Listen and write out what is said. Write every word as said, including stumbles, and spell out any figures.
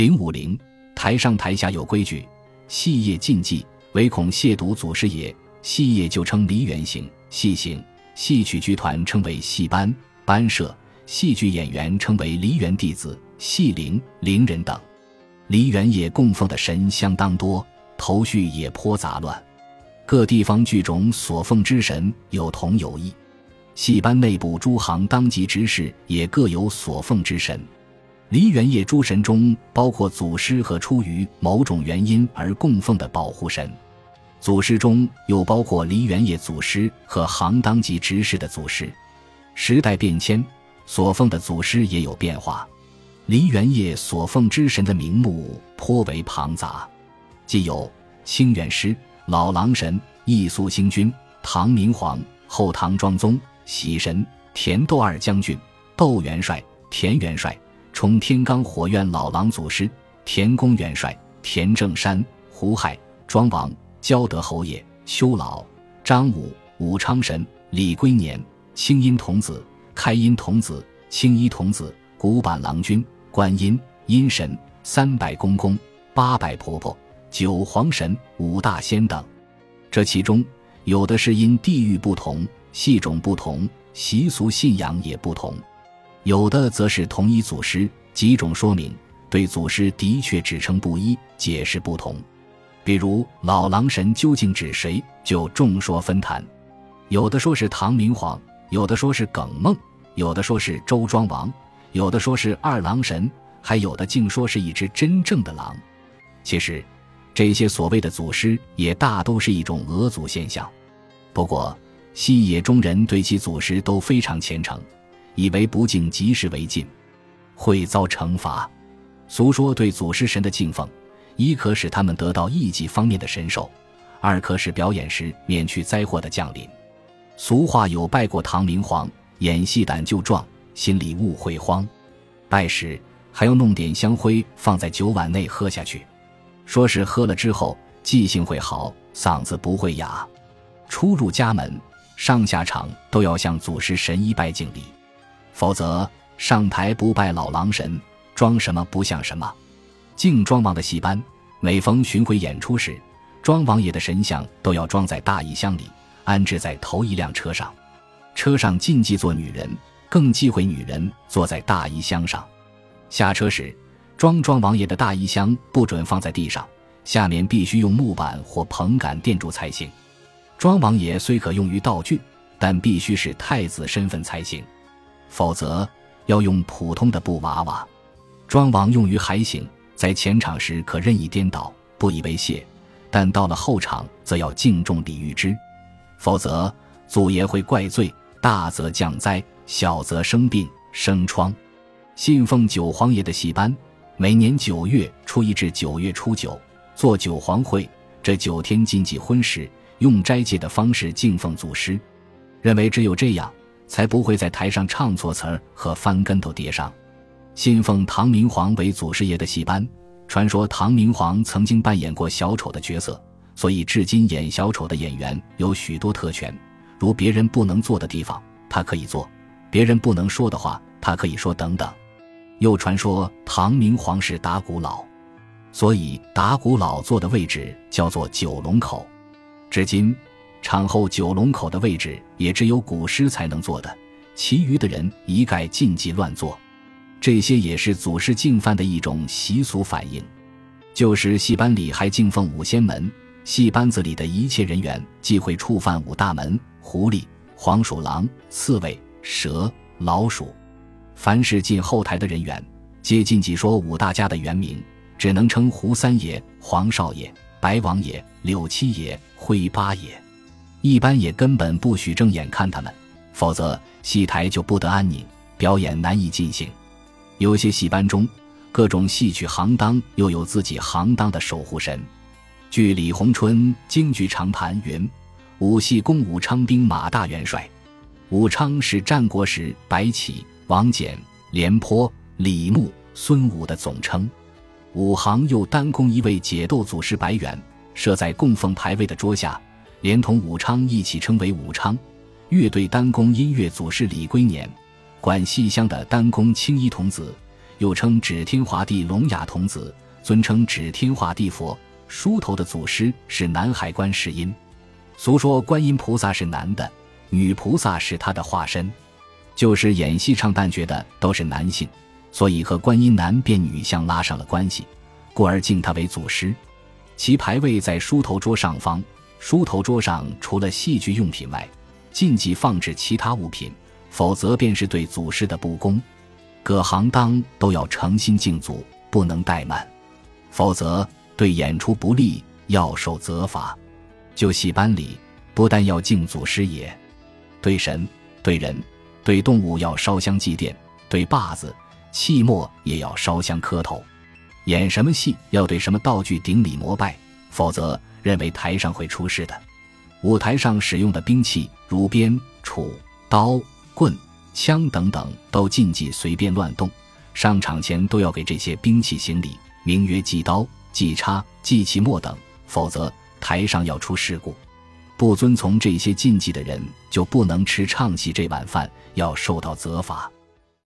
零五零台上台下有规矩，戏业禁忌，唯恐亵渎祖师爷。戏业就称梨园行、戏行，戏曲剧团称为戏班、班社，戏剧演员称为梨园弟子、戏伶、伶人等。梨园业供奉的神相当多，头绪也颇杂乱，各地方剧种所奉之神有同有异。戏班内部诸行当级执事也各有所奉之神。梨园业诸神中包括祖师和出于某种原因而供奉的保护神，祖师中又包括梨园业祖师和行当级执事的祖师。时代变迁，所奉的祖师也有变化。梨园业所奉之神的名目颇为庞杂，既有清源师、老狼神、义肃星君、唐明皇、后唐庄宗、喜神、田窦二将军、窦元帅、田元帅、冲天罡火院老狼祖师、田公元帅、田正山、胡亥、庄王、焦德侯爷、邱老、张武、武昌神、李龟年、清音童子、开音童子、青衣童子、古板郎君、观音、阴神、三百公公、八百婆婆、九皇神、五大仙等。这其中有的是因地域不同，戏种不同，习俗信仰也不同，有的则是同一祖师，几种说明对祖师的确指称不一，解释不同。比如老狼神究竟指谁，就众说纷纭，有的说是唐明皇，有的说是耿梦，有的说是周庄王，有的说是二郎神，还有的竟说是一只真正的狼。其实这些所谓的祖师也大都是一种讹祖现象。不过戏野中人对其祖师都非常虔诚，以为不敬即是为禁，会遭惩罚。俗说对祖师神的敬奉，一可使他们得到艺伎方面的神授，二可使表演时免去灾祸的降临。俗话有拜过唐明皇，演戏胆就壮，心里勿会慌。拜时还要弄点香灰放在酒碗内喝下去，说是喝了之后记性会好，嗓子不会哑。出入家门上下场都要向祖师神一拜敬礼，否则上台不拜老狼神，装什么不像什么。敬庄王的戏班每逢巡回演出时，庄王爷的神像都要装在大衣箱里，安置在头一辆车上。车上禁忌坐女人，更忌讳女人坐在大衣箱上。下车时，庄庄王爷的大衣箱不准放在地上，下面必须用木板或棚杆垫住才行。庄王爷虽可用于道具，但必须是太子身份才行，否则要用普通的布娃娃。庄王用于还行，在前场时可任意颠倒，不以为谢，但到了后场则要敬重礼遇之，否则祖爷会怪罪，大则降灾，小则生病生疮。信奉九皇爷的戏班，每年九月初一至九月初九做九皇会，这九天禁忌荤食，用斋戒的方式敬奉祖师，认为只有这样才不会在台上唱错词儿和翻跟头跌伤。信奉唐明皇为祖师爷的戏班，传说唐明皇曾经扮演过小丑的角色，所以至今演小丑的演员有许多特权，如别人不能坐的地方他可以坐，别人不能说的话他可以说等等。又传说唐明皇是打鼓佬，所以打鼓佬坐的位置叫做九龙口。至今场后九龙口的位置也只有鼓师才能坐的，其余的人一概禁忌乱坐。这些也是祖师敬犯的一种习俗反应。旧时戏班里还敬奉五仙门，戏班子里的一切人员忌讳触犯五大门：狐狸、黄鼠狼、刺猬、蛇、老鼠。凡是进后台的人员，皆禁忌说五大家的原名，只能称胡三爷、黄少爷、白王爷、柳七爷、灰八爷。一般也根本不许正眼看他们，否则戏台就不得安宁，表演难以进行。有些戏班中，各种戏曲行当又有自己行当的守护神。据李鸿春京剧长谈云，武戏宫武昌兵马大元帅。武昌是战国时白起、王翦、廉颇、李牧、孙武的总称。武行又单供一位解斗祖师白猿，设在供奉牌位的桌下，连同武昌一起称为武昌。乐队单供音乐祖师李龟年，管戏厢的单供青衣童子， 又称指天华帝龙雅童子，尊称指天华帝佛。梳头的祖师是南海观世音。俗说观音菩萨是男的，女菩萨是他的化身，就是演戏唱旦角的都是男性，所以和观音男变女相拉上了关系，故而敬他为祖师。其牌位在梳头桌上方，梳头桌上除了戏剧用品外，禁忌放置其他物品，否则便是对祖师的不恭。各行当都要诚心敬祖，不能怠慢，否则对演出不利，要受责罚。就戏班里，不但要敬祖师爷，对神、对人、对动物要烧香祭奠，对把子、器末也要烧香磕头。演什么戏要对什么道具顶礼膜拜，否则认为台上会出事的。舞台上使用的兵器如鞭、杵、刀、棍、枪等等都禁忌随便乱动，上场前都要给这些兵器行礼，名曰祭刀、祭叉、祭器末等，否则台上要出事故。不遵从这些禁忌的人就不能吃唱戏这碗饭，要受到责罚。